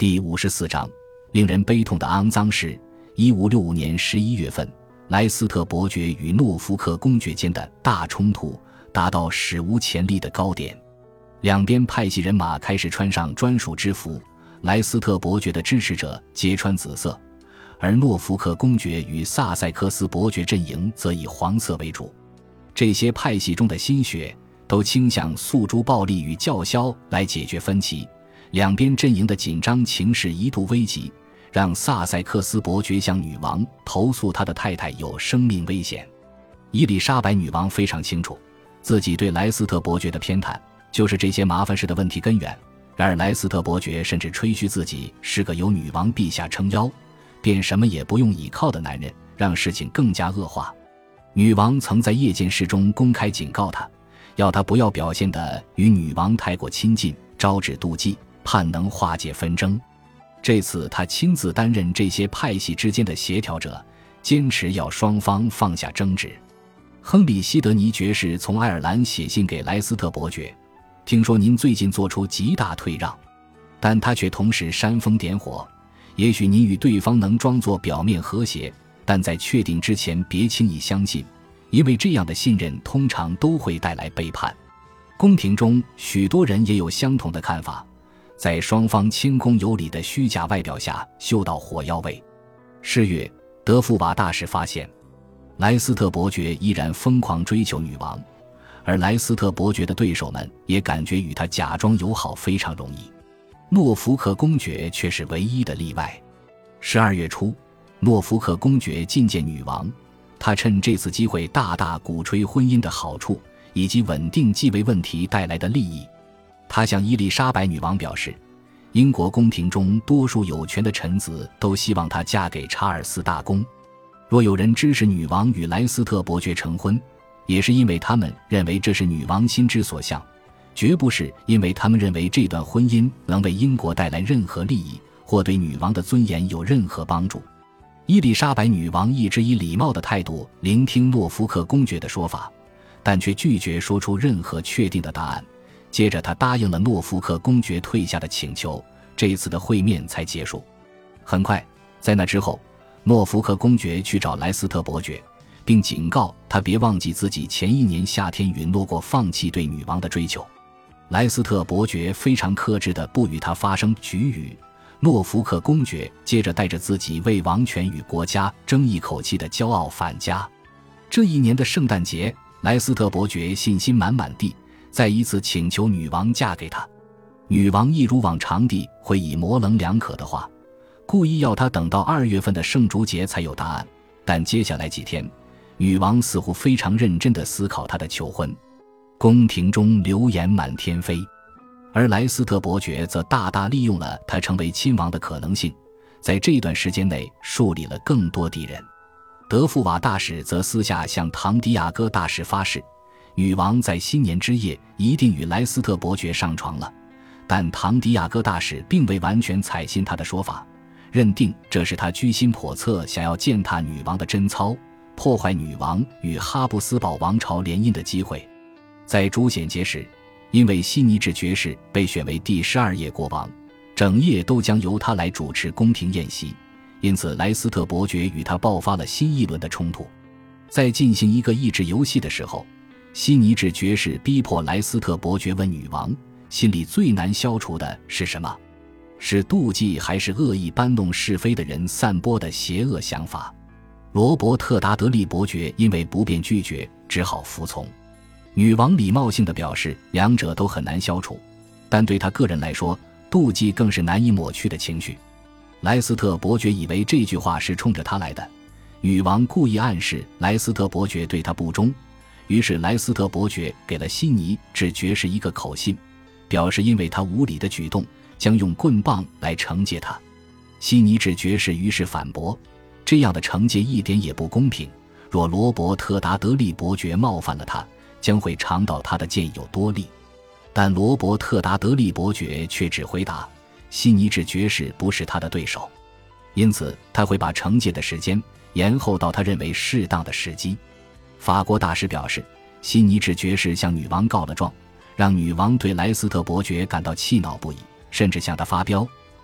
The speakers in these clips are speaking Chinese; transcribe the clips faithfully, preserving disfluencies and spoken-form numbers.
第五十四章，令人悲痛的肮脏事。一五六五年十一月份，莱斯特伯爵与诺福克公爵间的大冲突达到史无前例的高点，两边派系人马开始穿上专属制服，莱斯特伯爵的支持者皆穿紫色，而诺福克公爵与萨塞克斯伯爵阵营则以黄色为主。这些派系中的新血都倾向诉诸暴力与叫嚣来解决分歧，两边阵营的紧张情势一度危急，让萨塞克斯伯爵向女王投诉他的太太有生命危险。伊丽莎白女王非常清楚自己对莱斯特伯爵的偏袒就是这些麻烦事的问题根源，然而莱斯特伯爵甚至吹嘘自己是个有女王陛下撑腰便什么也不用倚靠的男人，让事情更加恶化。女王曾在夜间室中公开警告他，要他不要表现得与女王太过亲近，招致妒忌，盼能化解纷争。这次他亲自担任这些派系之间的协调者，坚持要双方放下争执。亨利·西德尼爵士从爱尔兰写信给莱斯特伯爵，听说您最近做出极大退让，但他却同时煽风点火，也许您与对方能装作表面和谐，但在确定之前别轻易相信，因为这样的信任通常都会带来背叛。宫廷中许多人也有相同的看法，在双方谦恭有礼的虚假外表下嗅到火药味。是月，德富瓦大使发现莱斯特伯爵依然疯狂追求女王，而莱斯特伯爵的对手们也感觉与他假装友好非常容易。诺福克公爵却是唯一的例外。十二月初，诺福克公爵觐见女王，他趁这次机会大大鼓吹婚姻的好处以及稳定继位问题带来的利益。他向伊丽莎白女王表示，英国宫廷中多数有权的臣子都希望她嫁给查尔斯大公，若有人支持女王与莱斯特伯爵成婚，也是因为他们认为这是女王心之所向，绝不是因为他们认为这段婚姻能为英国带来任何利益或对女王的尊严有任何帮助。伊丽莎白女王一直以礼貌的态度聆听诺福克公爵的说法，但却拒绝说出任何确定的答案。接着他答应了诺福克公爵退下的请求，这次的会面才结束。很快，在那之后，诺福克公爵去找莱斯特伯爵，并警告他别忘记自己前一年夏天允诺过放弃对女王的追求。莱斯特伯爵非常克制地不与他发生局语，诺福克公爵接着带着自己为王权与国家争一口气的骄傲返家。这一年的圣诞节，莱斯特伯爵信心满满地再一次请求女王嫁给他。女王一如往常地会以模棱两可的话，故意要他等到二月份的圣烛节才有答案，但接下来几天，女王似乎非常认真地思考她的求婚。宫廷中流言满天飞，而莱斯特伯爵则大大利用了他成为亲王的可能性，在这段时间内树立了更多敌人。德富瓦大使则私下向唐迪亚哥大使发誓，女王在新年之夜一定与莱斯特伯爵上床了，但唐迪亚哥大使并未完全采信他的说法，认定这是他居心叵测想要践踏女王的贞操，破坏女王与哈布斯堡王朝联姻的机会。在主显节时，因为西尼治爵士被选为第十二叶国王，整夜都将由他来主持宫廷宴席，因此莱斯特伯爵与他爆发了新一轮的冲突。在进行一个益智游戏的时候，西尼治爵士逼迫莱斯特伯爵问女王，心里最难消除的是什么？是妒忌还是恶意搬弄是非的人散播的邪恶想法？罗伯特·达德利伯爵因为不便拒绝，只好服从。女王礼貌性地表示两者都很难消除，但对他个人来说，妒忌更是难以抹去的情绪。莱斯特伯爵以为这句话是冲着他来的，女王故意暗示莱斯特伯爵对他不忠，于是莱斯特伯爵给了西尼治爵士一个口信，表示因为他无礼的举动将用棍棒来惩戒他。西尼治爵士于是反驳，这样的惩戒一点也不公平，若罗伯特·达德利伯爵冒犯了他，将会尝到他的剑有多利。但罗伯特·达德利伯爵却只回答，西尼治爵士不是他的对手，因此他会把惩戒的时间延后到他认为适当的时机。法国大使表示，西尼治爵士向女王告了状，让女王对莱斯特伯爵感到气恼不已，甚至向他发飙，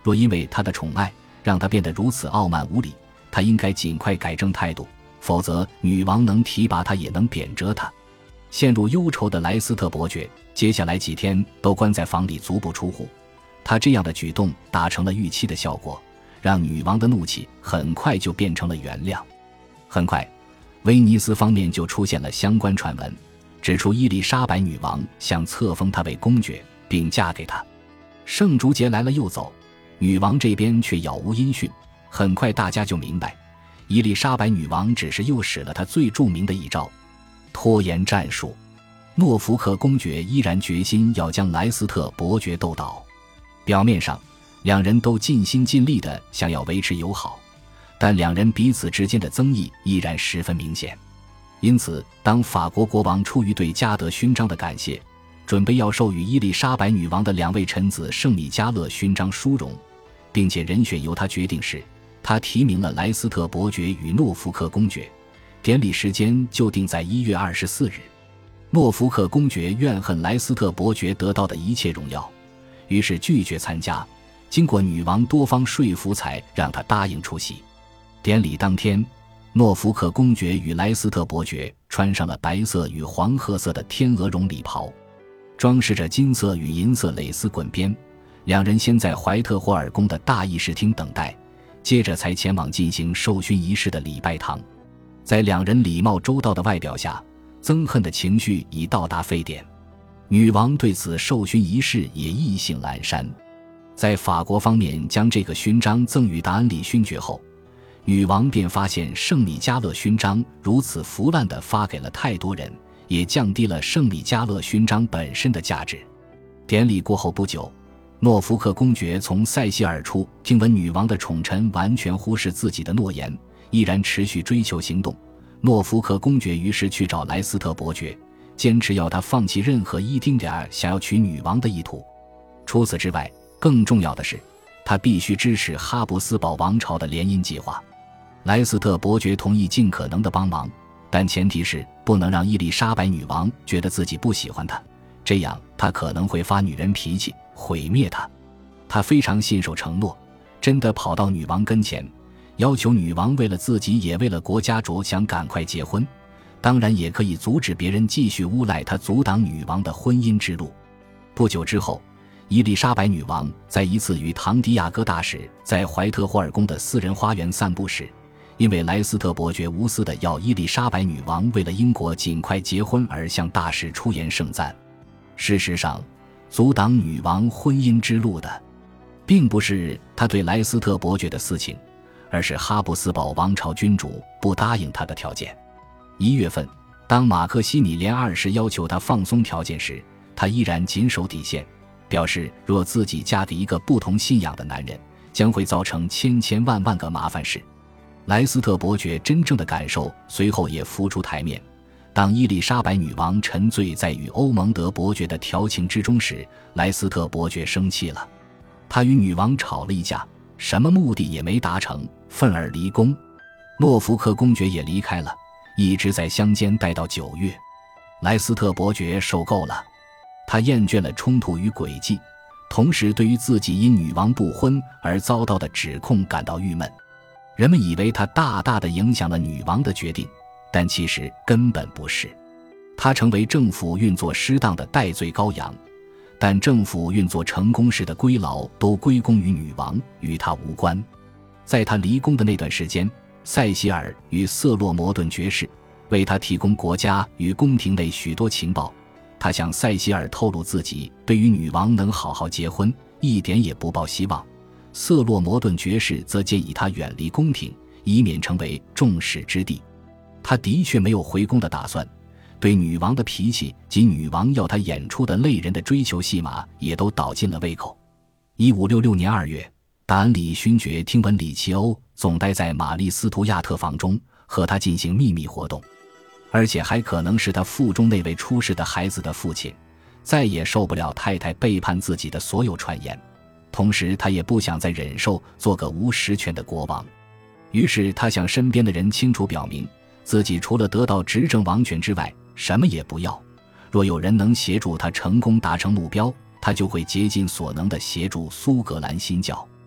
若因为他的宠爱让他变得如此傲慢无礼，他应该尽快改正态度，否则女王能提拔他也能贬谪他。陷入忧愁的莱斯特伯爵接下来几天都关在房里足不出户，他这样的举动达成了预期的效果，让女王的怒气很快就变成了原谅。很快威尼斯方面就出现了相关传闻，指出伊丽莎白女王想册封她为公爵并嫁给他。圣烛节来了又走，女王这边却杳无音讯。很快大家就明白，伊丽莎白女王只是又使了她最著名的一招拖延战术。诺福克公爵依然决心要将莱斯特伯爵斗倒。表面上两人都尽心尽力地想要维持友好，但两人彼此之间的争议依然十分明显。因此当法国国王出于对嘉德勋章的感谢，准备要授予伊丽莎白女王的两位臣子圣米迦勒勋章殊荣，并且人选由他决定时，他提名了莱斯特伯爵与诺福克公爵，典礼时间就定在一月二十四日。诺福克公爵怨恨莱斯特伯爵得到的一切荣耀，于是拒绝参加，经过女王多方说服才让他答应出席。典礼当天，诺福克公爵与莱斯特伯爵穿上了白色与黄褐色的天鹅绒礼袍，装饰着金色与银色蕾丝滚边。两人先在怀特霍尔宫的大议事厅等待，接着才前往进行授勋仪式的礼拜堂。在两人礼貌周到的外表下，憎恨的情绪已到达沸点。女王对此授勋仪式也意兴阑珊。在法国方面将这个勋章赠予达恩里勋爵后，女王便发现圣米迦勒勋章如此腐烂地发给了太多人，也降低了圣米迦勒勋章本身的价值。典礼过后不久，诺福克公爵从塞西尔处听闻女王的宠臣完全忽视自己的诺言，依然持续追求行动。诺福克公爵于是去找莱斯特伯爵，坚持要他放弃任何一丁点儿想要娶女王的意图。除此之外，更重要的是，他必须支持哈布斯堡王朝的联姻计划。莱斯特伯爵同意尽可能的帮忙，但前提是不能让伊丽莎白女王觉得自己不喜欢他，这样他可能会发女人脾气，毁灭他。他非常信守承诺，真的跑到女王跟前，要求女王为了自己也为了国家着想赶快结婚，当然也可以阻止别人继续诬赖他阻挡女王的婚姻之路。不久之后，伊丽莎白女王在一次与唐迪亚哥大使在怀特霍尔宫的私人花园散步时，因为莱斯特伯爵无私地要伊丽莎白女王为了英国尽快结婚而向大使出言盛赞。事实上，阻挡女王婚姻之路的并不是他对莱斯特伯爵的私情，而是哈布斯堡王朝君主不答应他的条件。一月份，当马克西米连二世要求他放松条件时，他依然谨守底线，表示若自己嫁给一个不同信仰的男人，将会造成千千万万个麻烦事。莱斯特伯爵真正的感受随后也浮出台面，当伊丽莎白女王沉醉在与欧蒙德伯爵的调情之中时，莱斯特伯爵生气了。他与女王吵了一架，什么目的也没达成，愤而离宫。诺福克公爵也离开了，一直在乡间待到九月。莱斯特伯爵受够了，他厌倦了冲突与诡计，同时对于自己因女王不婚而遭到的指控感到郁闷。人们以为他大大地影响了女王的决定，但其实根本不是。他成为政府运作失当的代罪羔羊，但政府运作成功时的归劳都归功于女王，与他无关。在他离宫的那段时间，塞西尔与瑟洛摩顿爵士为他提供国家与宫廷内许多情报。他向塞西尔透露自己对于女王能好好结婚一点也不抱希望，瑟洛摩顿爵士则建议他远离宫廷，以免成为众矢之的。他的确没有回宫的打算，对女王的脾气及女王要他演出的累人的追求戏码也都倒尽了胃口。一五六六年二月，达恩里勋爵听闻里奇欧总待在玛丽斯图亚特房中和他进行秘密活动，而且还可能是他腹中那位出世的孩子的父亲，再也受不了太太背叛自己的所有传言，同时他也不想再忍受做个无实权的国王。于是他向身边的人清楚表明，自己除了得到执政王权之外什么也不要，若有人能协助他成功达成目标，他就会竭尽所能地协助苏格兰新教。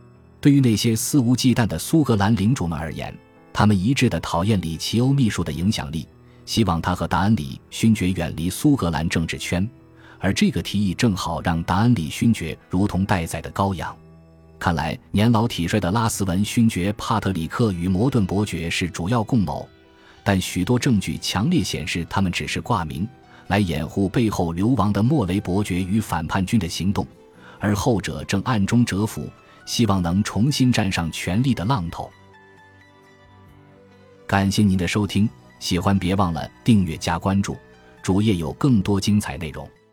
对于那些肆无忌惮的苏格兰领主们而言，他们一致地讨厌里奇欧秘书的影响力，希望他和达恩里勋爵远离苏格兰政治圈，而这个提议正好让达恩里勋爵如同待宰的羔羊。看来年老体衰的拉斯文勋爵帕特里克与摩顿伯爵是主要共谋，但许多证据强烈显示他们只是挂名，来掩护背后流亡的莫雷伯爵与反叛军的行动，而后者正暗中蛰伏，希望能重新站上权力的浪头。感谢您的收听，喜欢别忘了订阅加关注，主页有更多精彩内容。